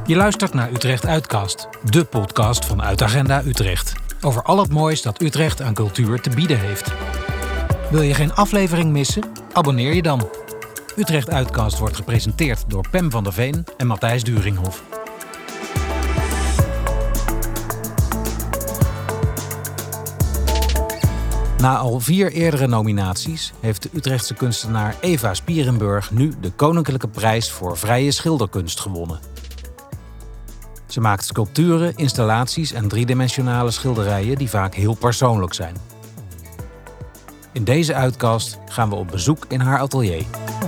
Je luistert naar Utrecht Uitcast, de podcast van Uitagenda Utrecht. Over al het moois dat Utrecht aan cultuur te bieden heeft. Wil je geen aflevering missen? Abonneer je dan. Utrecht Uitcast wordt gepresenteerd door Pem van der Veen en Matthijs Duringhoff. Na al 4 eerdere nominaties heeft de Utrechtse kunstenaar Eva Spierenburg nu de Koninklijke Prijs voor Vrije Schilderkunst gewonnen. Ze maakt sculpturen, installaties en driedimensionale schilderijen die vaak heel persoonlijk zijn. In deze uitcast gaan we op bezoek in haar atelier.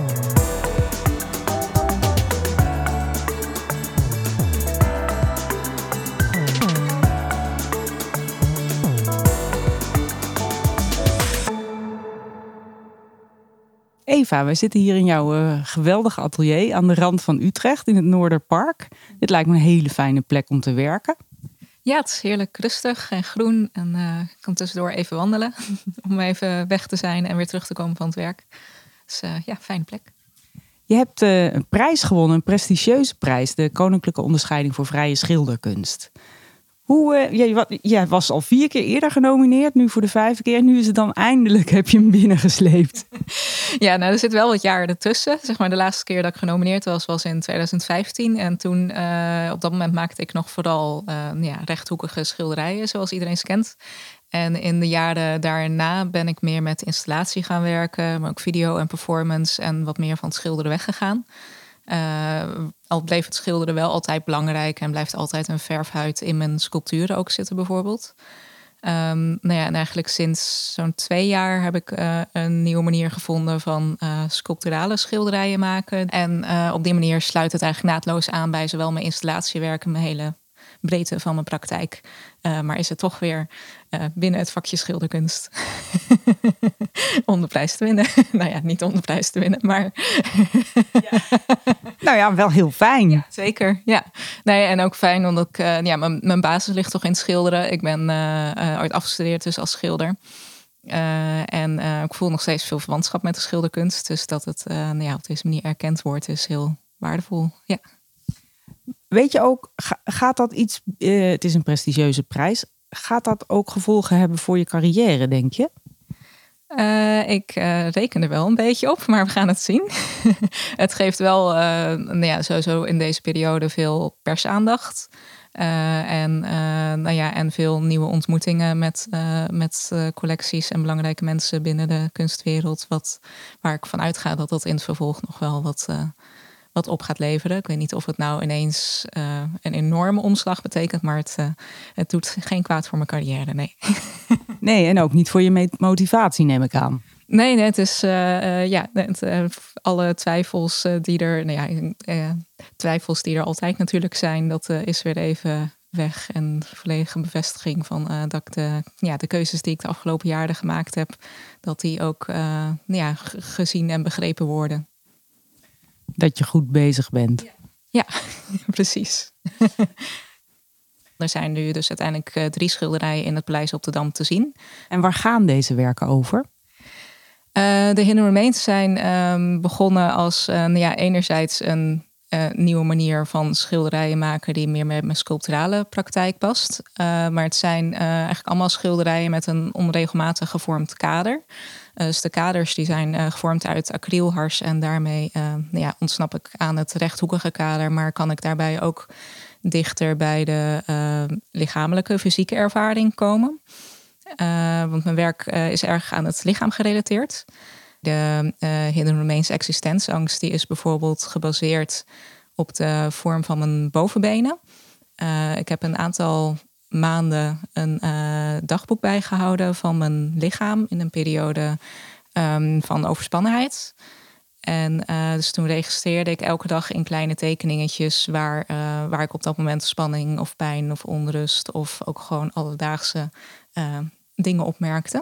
Eva, we zitten hier in jouw geweldige atelier aan de rand van Utrecht in het Noorderpark. Dit lijkt me een hele fijne plek om te werken. Ja, het is heerlijk rustig en groen. En ik kan tussendoor even wandelen om even weg te zijn en weer terug te komen van het werk. Dus fijne plek. Je hebt een prijs gewonnen, een prestigieuze prijs. De Koninklijke Onderscheiding voor Vrije Schilderkunst. Jij was al 4 keer eerder genomineerd, nu voor de 5e keer. Nu is het dan eindelijk, heb je hem binnengesleept. Ja, nou er zit wel wat jaren ertussen. Zeg maar de laatste keer dat ik genomineerd was in 2015. En toen, op dat moment maakte ik nog vooral rechthoekige schilderijen, zoals iedereen ze kent. En in de jaren daarna ben ik meer met installatie gaan werken, maar ook video en performance en wat meer van het schilderen weggegaan. Al bleef het schilderen wel altijd belangrijk en blijft altijd een verfhuid in mijn sculpturen ook zitten bijvoorbeeld. En eigenlijk sinds zo'n 2 jaar heb ik een nieuwe manier gevonden van sculpturale schilderijen maken. En op die manier sluit het eigenlijk naadloos aan bij zowel mijn installatiewerk en mijn hele breedte van mijn praktijk. Maar is het toch weer binnen het vakje schilderkunst om de prijs te winnen. Nou ja, niet om de prijs te winnen, maar... Ja. Nou ja, wel heel fijn. Ja, zeker, ja. Nee, en ook fijn omdat ik... mijn basis ligt toch in het schilderen. Ik ben ooit afgestudeerd dus als schilder. Ik voel nog steeds veel verwantschap met de schilderkunst. Dus dat het op deze manier erkend wordt is heel waardevol, ja. Weet je ook, gaat dat iets... het is een prestigieuze prijs. Gaat dat ook gevolgen hebben voor je carrière, denk je? Ik reken er wel een beetje op, maar we gaan het zien. Het geeft wel sowieso in deze periode veel persaandacht. En veel nieuwe ontmoetingen met collecties en belangrijke mensen binnen de kunstwereld. Waar ik van uitga dat dat in het vervolg nog wel wat op gaat leveren. Ik weet niet of het nou ineens een enorme omslag betekent, maar het doet geen kwaad voor mijn carrière, nee. Nee, en ook niet voor je motivatie, neem ik aan. Nee, het is alle twijfels twijfels die er altijd natuurlijk zijn, dat is weer even weg. En volledige bevestiging van dat ik de keuzes die ik de afgelopen jaren gemaakt heb, dat die ook gezien en begrepen worden. Dat je goed bezig bent. Ja, precies. Er zijn nu dus uiteindelijk 3 schilderijen in het Paleis op de Dam te zien. En waar gaan deze werken over? De Hidden Remains zijn begonnen als enerzijds een nieuwe manier van schilderijen maken die meer met mijn sculpturale praktijk past. Maar het zijn eigenlijk allemaal schilderijen met een onregelmatig gevormd kader. Dus de kaders die zijn gevormd uit acrylhars en daarmee ontsnap ik aan het rechthoekige kader, maar kan ik daarbij ook dichter bij de lichamelijke, fysieke ervaring komen. Want mijn werk is erg aan het lichaam gerelateerd. De Hidden Remains existensangst die is bijvoorbeeld gebaseerd op de vorm van mijn bovenbenen. Ik heb een aantal maanden een dagboek bijgehouden van mijn lichaam in een periode van overspannenheid. En dus toen registreerde ik elke dag in kleine tekeningetjes waar ik op dat moment spanning of pijn of onrust of ook gewoon alledaagse dingen opmerkte.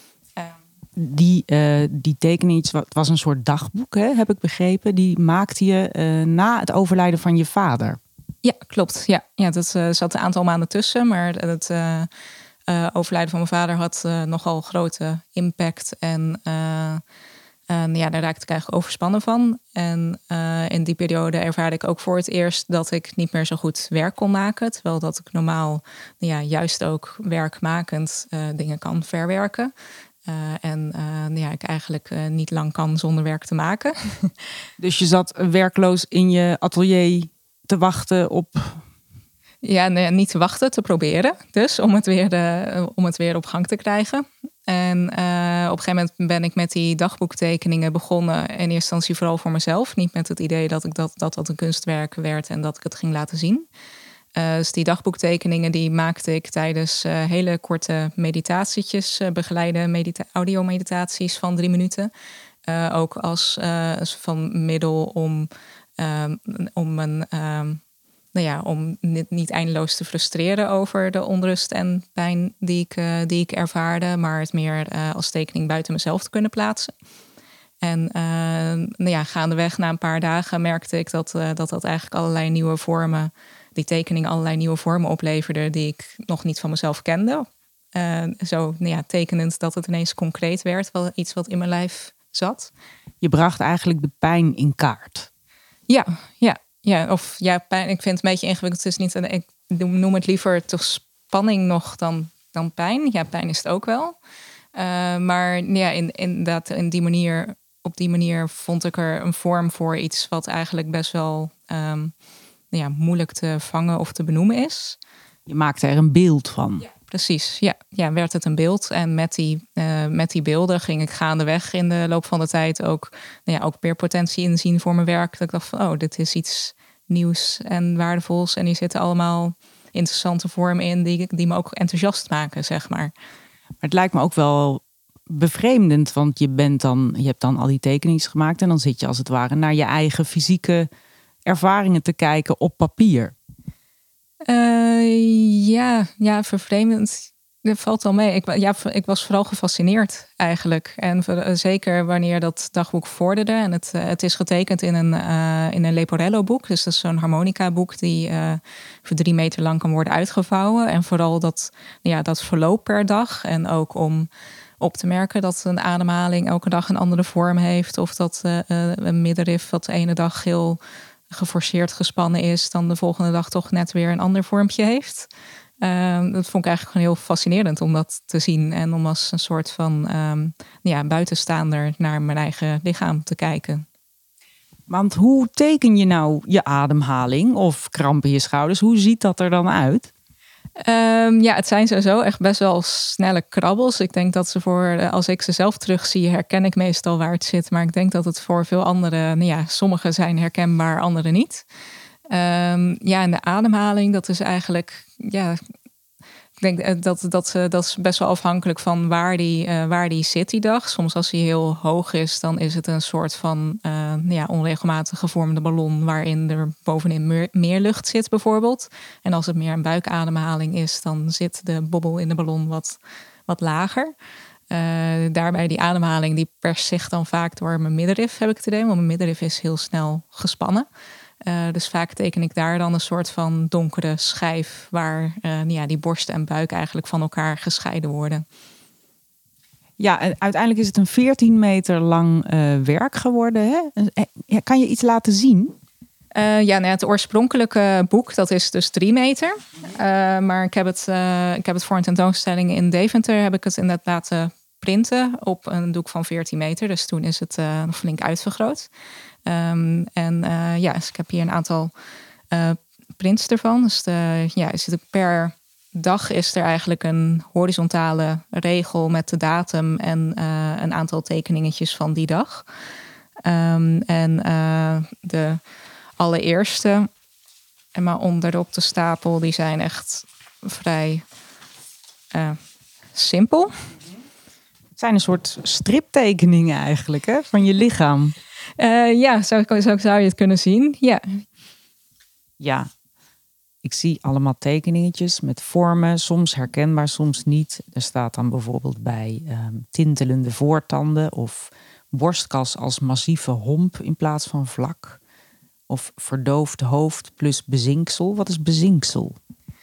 Die tekeningetjes, het was een soort dagboek, heb ik begrepen. Die maakte je na het overlijden van je vader. Ja, klopt. Ja, dat zat een aantal maanden tussen. Maar het overlijden van mijn vader had nogal grote impact. En Daar raakte ik eigenlijk overspannen van. En in die periode ervaarde ik ook voor het eerst dat ik niet meer zo goed werk kon maken. Terwijl dat ik normaal juist ook werkmakend dingen kan verwerken. Ik eigenlijk niet lang kan zonder werk te maken. Dus je zat werkloos in je atelier te wachten op... Ja, niet te wachten, te proberen. Dus om het weer op gang te krijgen. En op een gegeven moment ben ik met die dagboektekeningen begonnen. In eerste instantie vooral voor mezelf. Niet met het idee dat ik dat een kunstwerk werd en dat ik het ging laten zien. Dus die dagboektekeningen die maakte ik tijdens hele korte meditatietjes. Begeleide audiomeditaties van 3 minuten. Ook als van middel om niet eindeloos te frustreren over de onrust en pijn die ik ervaarde, maar het meer als tekening buiten mezelf te kunnen plaatsen. En gaandeweg na een paar dagen merkte ik dat eigenlijk allerlei nieuwe vormen, die tekening allerlei nieuwe vormen opleverde die ik nog niet van mezelf kende. Tekenend dat het ineens concreet werd, wel iets wat in mijn lijf zat. Je bracht eigenlijk de pijn in kaart. Ja. Pijn. Ik vind het een beetje ingewikkeld. Het is niet, ik noem het liever toch spanning nog dan pijn. Ja, pijn is het ook wel. Maar ja, inderdaad, op die manier vond ik er een vorm voor iets wat eigenlijk best wel moeilijk te vangen of te benoemen is. Je maakte er een beeld van. Ja, precies, ja, werd het een beeld. En met die beelden ging ik gaandeweg in de loop van de tijd ook meer potentie inzien voor mijn werk. Dat ik dacht van, dit is iets nieuws en waardevols. En die zitten allemaal interessante vormen in die me ook enthousiast maken, zeg maar. Maar het lijkt me ook wel bevreemdend, want je hebt dan al die tekeningen gemaakt en dan zit je als het ware naar je eigen fysieke ervaringen te kijken op papier. Vervreemdend. Dat valt wel mee. Ik was vooral gefascineerd eigenlijk. En zeker wanneer dat dagboek vorderde. En het is getekend in een Leporello-boek. Dus dat is zo'n harmonica-boek die voor 3 meter lang kan worden uitgevouwen. En vooral dat verloop per dag. En ook om op te merken dat een ademhaling elke dag een andere vorm heeft. Of dat een middenrif wat de ene dag heel geforceerd gespannen is, dan de volgende dag toch net weer een ander vormpje heeft. Dat vond ik eigenlijk gewoon heel fascinerend om dat te zien. En om als een soort van buitenstaander naar mijn eigen lichaam te kijken. Want hoe teken je nou je ademhaling of kramp in je schouders? Hoe ziet dat er dan uit? Het zijn sowieso echt best wel snelle krabbels. Ik denk dat als ik ze zelf terugzie, herken ik meestal waar het zit. Maar ik denk dat het voor veel anderen, sommige zijn herkenbaar, andere niet. En de ademhaling, dat is eigenlijk, ik denk dat is best wel afhankelijk van waar die zit die dag. Soms als die heel hoog is, dan is het een soort van onregelmatig gevormde ballon waarin er bovenin meer lucht zit bijvoorbeeld. En als het meer een buikademhaling is, dan zit de bobbel in de ballon wat lager. Daarbij die ademhaling die perst zich dan vaak door mijn middenrif, heb ik het idee. Want mijn middenrif is heel snel gespannen. Dus vaak teken ik daar dan een soort van donkere schijf waar die borst en buik eigenlijk van elkaar gescheiden worden. Ja, en uiteindelijk is het een 14 meter lang werk geworden. Hè? Kan je iets laten zien? Het oorspronkelijke boek, dat is dus 3 meter. Maar ik heb het voor een tentoonstelling in Deventer, heb ik het inderdaad laten printen op een doek van 14 meter. Dus toen is het flink uitvergroot. Dus ik heb hier een aantal prints ervan. Dus per dag is er eigenlijk een horizontale regel met de datum en een aantal tekeningetjes van die dag. De allereerste en maar onderop de stapel, die zijn echt vrij simpel. Het zijn een soort striptekeningen eigenlijk, hè, van je lichaam. Zou je het kunnen zien. Ja, ik zie allemaal tekeningetjes met vormen, soms herkenbaar, soms niet. Er staat dan bijvoorbeeld bij tintelende voortanden of borstkas als massieve homp in plaats van vlak. Of verdoofd hoofd plus bezinksel. Wat is bezinksel?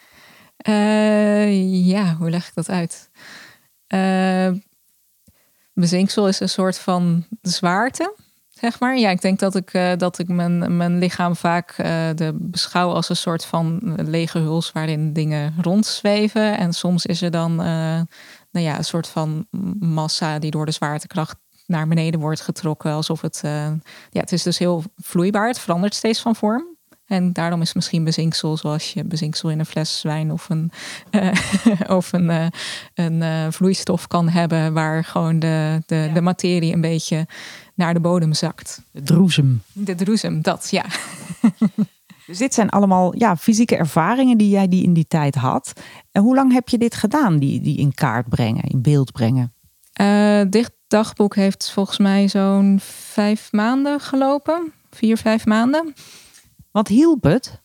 Hoe leg ik dat uit? Bezinksel is een soort van zwaarte, zeg maar. Ja, ik denk dat ik mijn lichaam vaak beschouw als een soort van lege huls waarin dingen rondzweven. En soms is er dan een soort van massa die door de zwaartekracht naar beneden wordt getrokken. Alsof het is dus heel vloeibaar. Het verandert steeds van vorm. En daarom is misschien bezinksel zoals je bezinksel in een fles wijn of een vloeistof kan hebben waar gewoon de materie een beetje naar de bodem zakt. De droesem. De droesem, dat, ja. Dus dit zijn allemaal fysieke ervaringen die jij in die tijd had. En hoe lang heb je dit gedaan, die in kaart brengen, in beeld brengen? Dit dagboek heeft volgens mij zo'n 5 maanden gelopen. 4-5 maanden. Wat hielp het?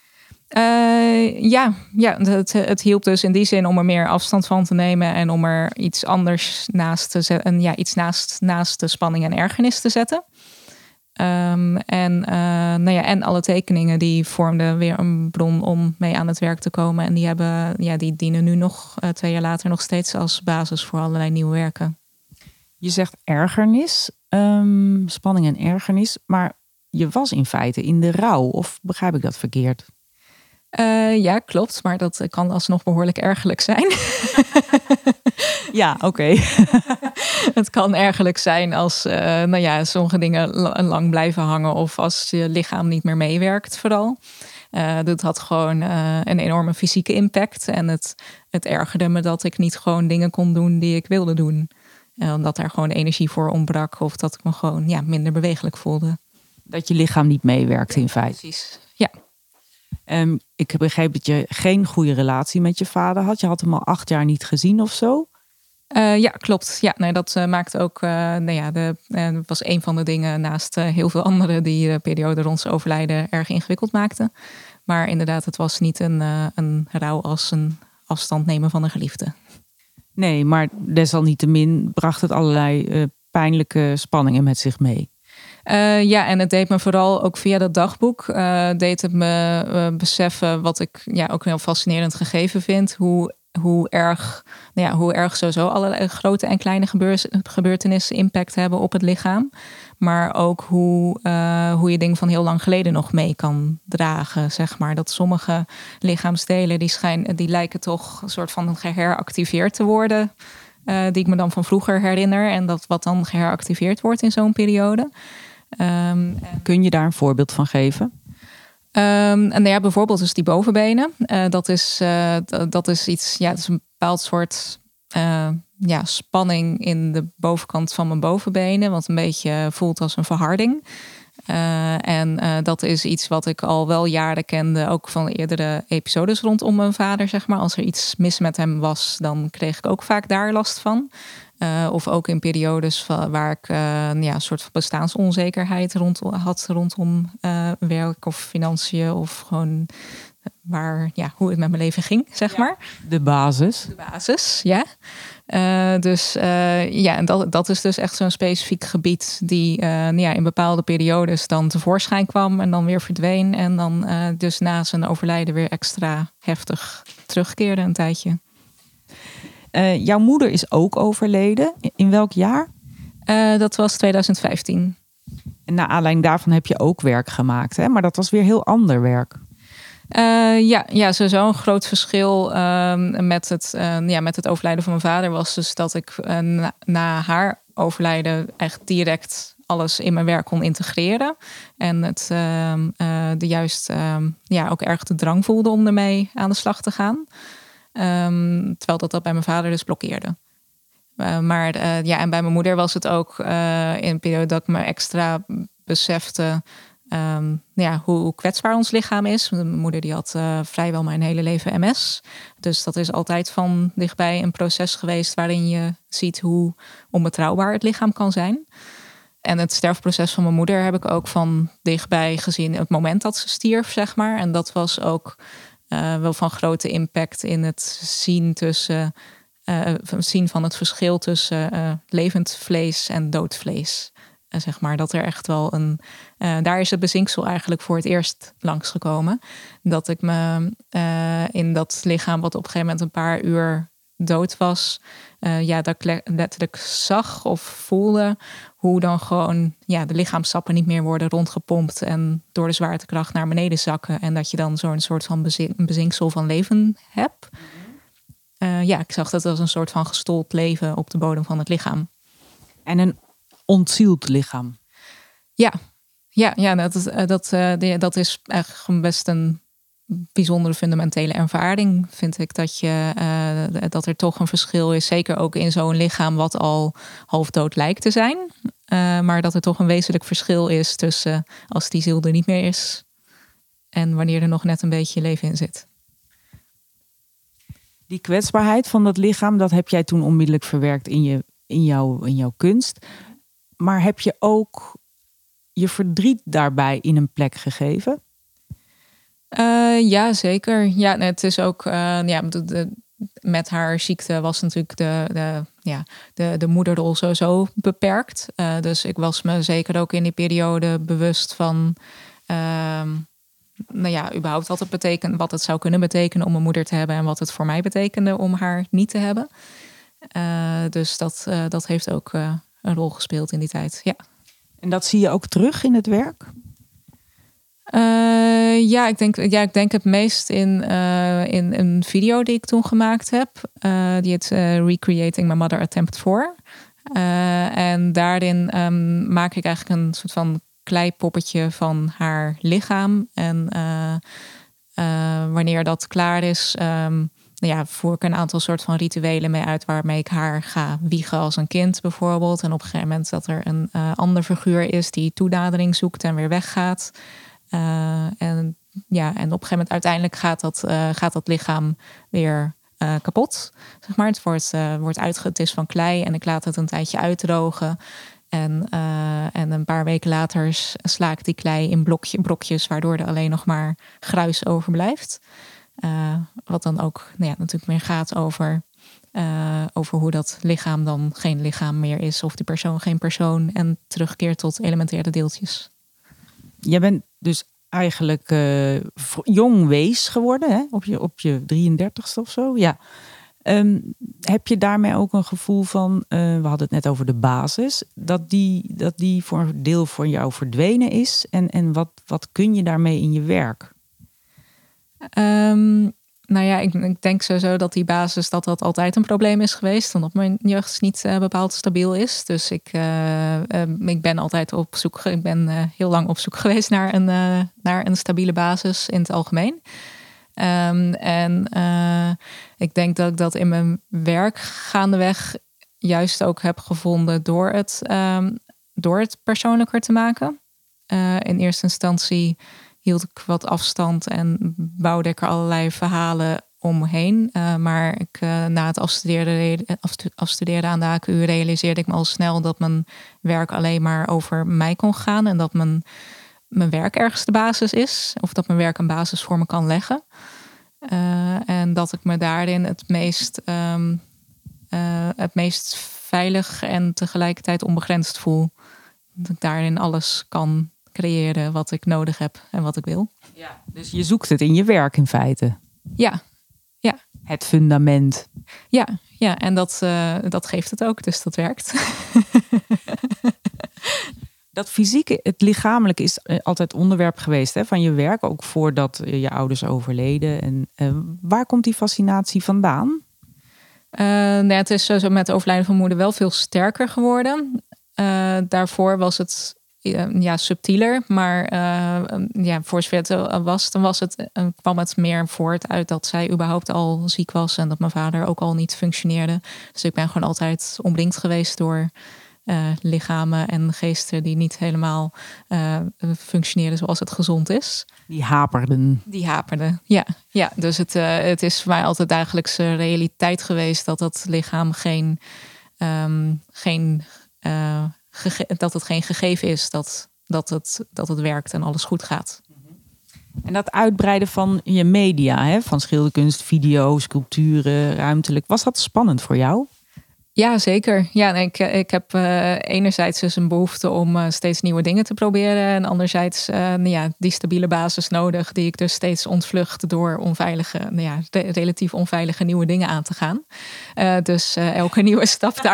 Het hielp dus in die zin om er meer afstand van te nemen en om er iets anders naast te zetten. En iets naast de spanning en ergernis te zetten. En alle tekeningen die vormden weer een bron om mee aan het werk te komen. En die dienen nu nog 2 jaar later nog steeds als basis voor allerlei nieuwe werken. Je zegt ergernis, spanning en ergernis, maar je was in feite in de rouw, of begrijp ik dat verkeerd? Ja, klopt, maar dat kan alsnog behoorlijk ergerlijk zijn. Ja, oké. Het kan ergerlijk zijn als sommige dingen lang blijven hangen of als je lichaam niet meer meewerkt vooral. Dat had gewoon een enorme fysieke impact en het ergerde me dat ik niet gewoon dingen kon doen die ik wilde doen. Omdat daar gewoon energie voor ontbrak of dat ik me gewoon minder bewegelijk voelde. Dat je lichaam niet meewerkt in feite. Precies, ja. Ik heb begrepen dat je geen goede relatie met je vader had. Je had hem al 8 jaar niet gezien of zo? Ja, klopt. Ja, nee, dat maakt ook. Was een van de dingen naast heel veel andere die de periode rond zijn overlijden erg ingewikkeld maakten. Maar inderdaad, het was niet een rouw als een afstand nemen van een geliefde. Nee, maar desalniettemin bracht het allerlei pijnlijke spanningen met zich mee. En het deed me vooral ook via dat dagboek deed het me beseffen wat ik ook een heel fascinerend gegeven vind. Hoe erg sowieso allerlei grote en kleine gebeurtenissen impact hebben op het lichaam. Maar ook hoe je dingen van heel lang geleden nog mee kan dragen, zeg maar. Dat sommige lichaamsdelen die lijken toch een soort van geheractiveerd te worden. Die ik me dan van vroeger herinner. En dat wat dan geheractiveerd wordt in zo'n periode. Kun je daar een voorbeeld van geven? Bijvoorbeeld dus die bovenbenen. Dat is iets, het is een bepaald soort spanning in de bovenkant van mijn bovenbenen. Wat een beetje voelt als een verharding. Dat is iets wat ik al wel jaren kende, ook van eerdere episodes rondom mijn vader, zeg maar. Als er iets mis met hem was, dan kreeg ik ook vaak daar last van. Of ook in periodes waar ik een soort van bestaansonzekerheid rondom werk of financiën of gewoon hoe het met mijn leven ging, zeg maar. De basis. De basis, ja. En dat is dus echt zo'n specifiek gebied die in bepaalde periodes dan tevoorschijn kwam en dan weer verdween. En dan dus na zijn overlijden weer extra heftig terugkeerde een tijdje. Jouw moeder is ook overleden. In welk jaar? Dat was 2015. En naar aanleiding daarvan heb je ook werk gemaakt, hè? Maar dat was weer heel ander werk. Sowieso een groot verschil met het overlijden van mijn vader was dus dat ik na haar overlijden echt direct alles in mijn werk kon integreren. En ook erg de drang voelde om ermee aan de slag te gaan. Terwijl dat bij mijn vader dus blokkeerde. En bij mijn moeder was het ook in een periode dat ik me extra besefte hoe kwetsbaar ons lichaam is. Mijn moeder die had vrijwel mijn hele leven MS. Dus dat is altijd van dichtbij een proces geweest waarin je ziet hoe onbetrouwbaar het lichaam kan zijn. En het sterfproces van mijn moeder heb ik ook van dichtbij gezien het moment dat ze stierf, zeg maar. En dat was ook wel van grote impact in het zien van het verschil tussen levend vlees en dood vlees. Zeg maar dat er echt wel daar is het bezinksel eigenlijk voor het eerst langsgekomen. Dat ik me in dat lichaam wat op een gegeven moment een paar uur dood was, dat ik letterlijk zag of voelde hoe dan gewoon de lichaamstappen niet meer worden rondgepompt en door de zwaartekracht naar beneden zakken. En dat je dan zo'n soort van bezinksel van leven hebt. Ik zag dat als een soort van gestold leven op de bodem van het lichaam. En een ontzield lichaam. Dat is echt best een bijzondere fundamentele ervaring, vind ik. Dat er toch een verschil is, zeker ook in zo'n lichaam wat al halfdood lijkt te zijn. Maar dat er toch een wezenlijk verschil is tussen als die ziel er niet meer is en wanneer er nog net een beetje leven in zit. Die kwetsbaarheid van dat lichaam, dat heb jij toen onmiddellijk verwerkt in jouw kunst. Maar heb je ook je verdriet daarbij in een plek gegeven? Ja, zeker. Ja, het is ook met haar ziekte was natuurlijk de moederrol sowieso beperkt. Dus ik was me zeker ook in die periode bewust van überhaupt wat het betekent, wat het zou kunnen betekenen om een moeder te hebben en wat het voor mij betekende om haar niet te hebben. Dus dat heeft ook een rol gespeeld in die tijd. Ja. En dat zie je ook terug in het werk? Ik denk het meest in een video die ik toen gemaakt heb. Die heet Recreating My Mother Attempt 4. En daarin maak ik eigenlijk een soort van kleipoppetje van haar lichaam. En wanneer dat klaar is, voer ik een aantal soort van rituelen mee uit waarmee ik haar ga wiegen als een kind bijvoorbeeld. En op een gegeven moment dat er een ander figuur is die toenadering zoekt en weer weggaat. En op een gegeven moment uiteindelijk gaat dat lichaam weer kapot. Zeg maar. Het wordt het is van klei en ik laat het een tijdje uitdrogen. En een paar weken later sla ik die klei in brokjes, waardoor er alleen nog maar gruis overblijft. Wat dan ook natuurlijk meer gaat over hoe dat lichaam dan geen lichaam meer is. Of die persoon geen persoon en terugkeert tot elementaire deeltjes. Jij bent dus eigenlijk jong wees geworden, hè? Op je 33ste of zo. Ja. Heb je daarmee ook een gevoel van, we hadden het net over de basis, dat die voor een deel voor jou verdwenen is? En wat kun je daarmee in je werk? Ik denk sowieso dat die basis dat altijd een probleem is geweest. Omdat mijn jeugd niet bepaald stabiel is. Dus ik ben altijd op zoek. Ik ben heel lang op zoek geweest naar een stabiele basis in het algemeen. Ik denk dat ik dat in mijn werk gaandeweg juist ook heb gevonden door het persoonlijker te maken. In eerste instantie hield ik wat afstand en bouwde ik er allerlei verhalen omheen. Maar na het afstuderen aan de HKU realiseerde ik me al snel dat mijn werk alleen maar over mij kon gaan. En dat mijn werk ergens de basis is. Of dat mijn werk een basis voor me kan leggen. En dat ik me daarin het meest veilig en tegelijkertijd onbegrensd voel. Dat ik daarin alles kan creëren wat ik nodig heb en wat ik wil. Ja, dus je zoekt het in je werk in feite. Ja. Het fundament. Ja, en dat geeft het ook, dus dat werkt. Dat fysieke, het lichamelijke is altijd onderwerp geweest, hè, van je werk. Ook voordat je ouders overleden. En waar komt die fascinatie vandaan? Het is zo met het overlijden van moeder wel veel sterker geworden. Daarvoor was het subtieler. Maar voor zover het was, kwam het meer voort uit dat zij überhaupt al ziek was. En dat mijn vader ook al niet functioneerde. Dus ik ben gewoon altijd omringd geweest door lichamen en geesten die niet helemaal functioneren zoals het gezond is. Die haperden, ja. Dus het is voor mij altijd dagelijkse realiteit geweest dat dat lichaam geen gegeven is, dat het werkt en alles goed gaat. En dat uitbreiden van je media, hè, van schilderkunst, video, sculpturen, ruimtelijk, was dat spannend voor jou? Ja, zeker. Ja, ik heb enerzijds dus een behoefte om steeds nieuwe dingen te proberen. En anderzijds die stabiele basis nodig die ik dus steeds ontvlucht door relatief onveilige nieuwe dingen aan te gaan. Dus elke nieuwe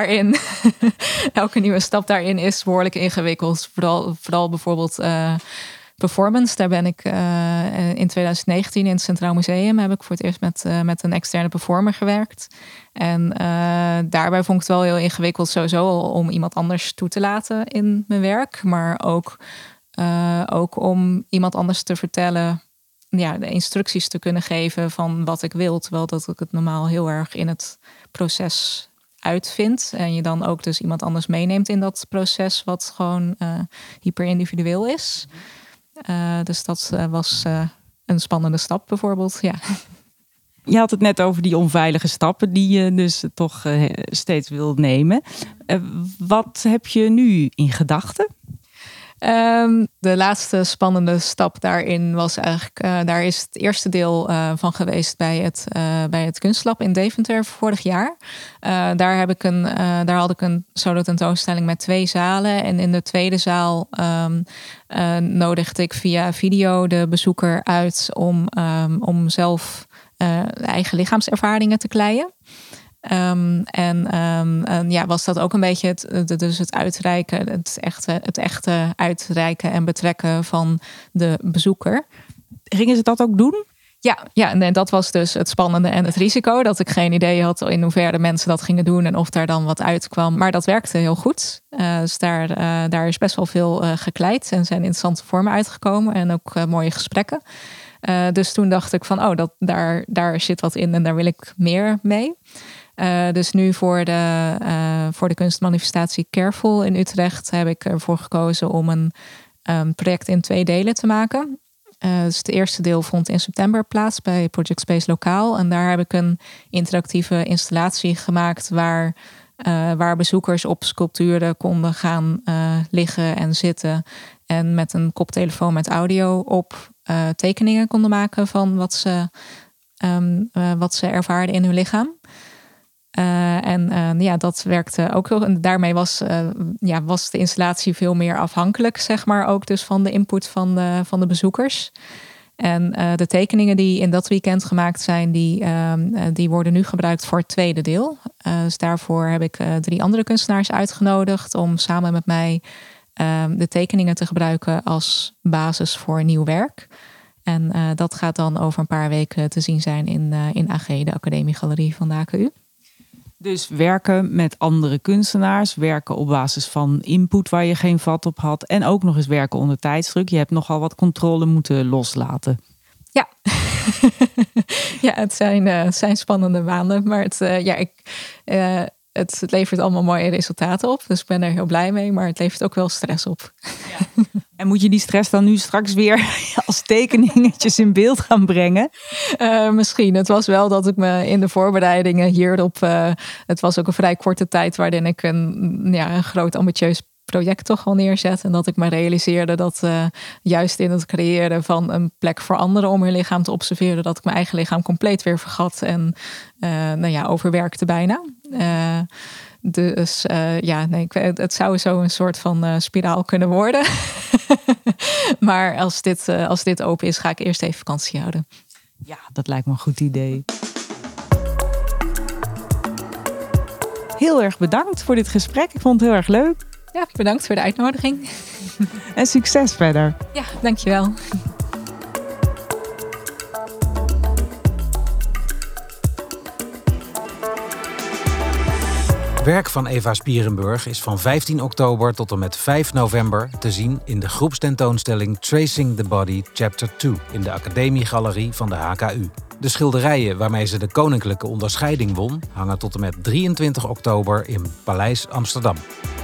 stap daarin is behoorlijk ingewikkeld. Vooral bijvoorbeeld performance. Daar ben ik in 2019 in het Centraal Museum heb ik voor het eerst met een externe performer gewerkt. En daarbij vond ik het wel heel ingewikkeld sowieso om iemand anders toe te laten in mijn werk. Maar ook om iemand anders te vertellen, de instructies te kunnen geven van wat ik wil. Terwijl dat ik het normaal heel erg in het proces uitvindt. En je dan ook dus iemand anders meeneemt in dat proces wat gewoon hyper individueel is. Dus dat was een spannende stap bijvoorbeeld, ja. Je had het net over die onveilige stappen die je dus toch steeds wilt nemen. Wat heb je nu in gedachten? De laatste spannende stap daarin was eigenlijk, daar is het eerste deel van geweest bij het Kunstlab in Deventer vorig jaar. Daar had ik een solo-tentoonstelling met 2 zalen. En in de tweede zaal nodigde ik via video de bezoeker uit om zelf eigen lichaamservaringen te kleien. Was dat ook een beetje het uitreiken, het echte uitreiken en betrekken van de bezoeker. Gingen ze dat ook doen? Ja, en dat was dus het spannende en het risico. Dat ik geen idee had in hoeverre mensen dat gingen doen en of daar dan wat uitkwam. Maar dat werkte heel goed. Dus daar is best wel veel gekleid en zijn interessante vormen uitgekomen en ook mooie gesprekken. Dus toen dacht ik van, daar zit wat in en daar wil ik meer mee. Dus nu voor de kunstmanifestatie Careful in Utrecht heb ik ervoor gekozen om een project in 2 delen te maken. Dus het eerste deel vond in september plaats bij Project Space Lokaal. En daar heb ik een interactieve installatie gemaakt waar bezoekers op sculpturen konden gaan liggen en zitten. En met een koptelefoon met audio op tekeningen konden maken van wat ze ervaarden in hun lichaam. Dat werkte ook heel. En daarmee was de installatie veel meer afhankelijk, zeg maar, ook dus van de input van de bezoekers. En de tekeningen die in dat weekend gemaakt zijn, die worden nu gebruikt voor het tweede deel. Dus daarvoor heb ik 3 andere kunstenaars uitgenodigd om samen met mij de tekeningen te gebruiken als basis voor nieuw werk. En dat gaat dan over een paar weken te zien zijn in AG, de Academiegalerie van de AKU. Dus werken met andere kunstenaars, werken op basis van input waar je geen vat op had. En ook nog eens werken onder tijdsdruk. Je hebt nogal wat controle moeten loslaten. Ja, ja, het zijn spannende maanden. Maar het levert allemaal mooie resultaten op. Dus ik ben er heel blij mee. Maar het levert ook wel stress op. Ja. En moet je die stress dan nu straks weer als tekeningetjes in beeld gaan brengen? Misschien. Het was wel dat ik me in de voorbereidingen hierop... het was ook een vrij korte tijd waarin ik een groot ambitieus project toch al neerzet. En dat ik me realiseerde dat juist in het creëren van een plek voor anderen om hun lichaam te observeren, dat ik mijn eigen lichaam compleet weer vergat en overwerkte bijna. Het zou zo een soort van spiraal kunnen worden. Maar als dit open is, ga ik eerst even vakantie houden. Ja, dat lijkt me een goed idee. Heel erg bedankt voor dit gesprek. Ik vond het heel erg leuk. Ja, bedankt voor de uitnodiging. En succes verder. Ja, dankjewel. Werk van Eva Spierenburg is van 15 oktober tot en met 5 november te zien in de groepstentoonstelling Tracing the Body Chapter 2 in de Academiegalerie van de HKU. De schilderijen waarmee ze de koninklijke onderscheiding won hangen tot en met 23 oktober in Paleis Amsterdam.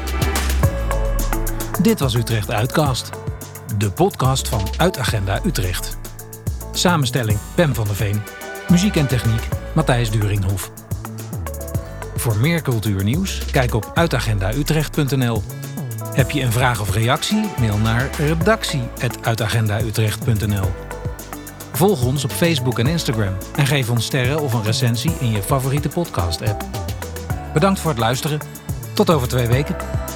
Dit was Utrecht Uitcast, de podcast van Uitagenda Utrecht. Samenstelling Pem van der Veen, muziek en techniek Matthijs Duringhoff. Voor meer cultuurnieuws, kijk op uitagendautrecht.nl. Heb je een vraag of reactie? Mail naar redactie@uitagendautrecht.nl. Volg ons op Facebook en Instagram en geef ons sterren of een recensie in je favoriete podcast-app. Bedankt voor het luisteren. Tot over 2 weken.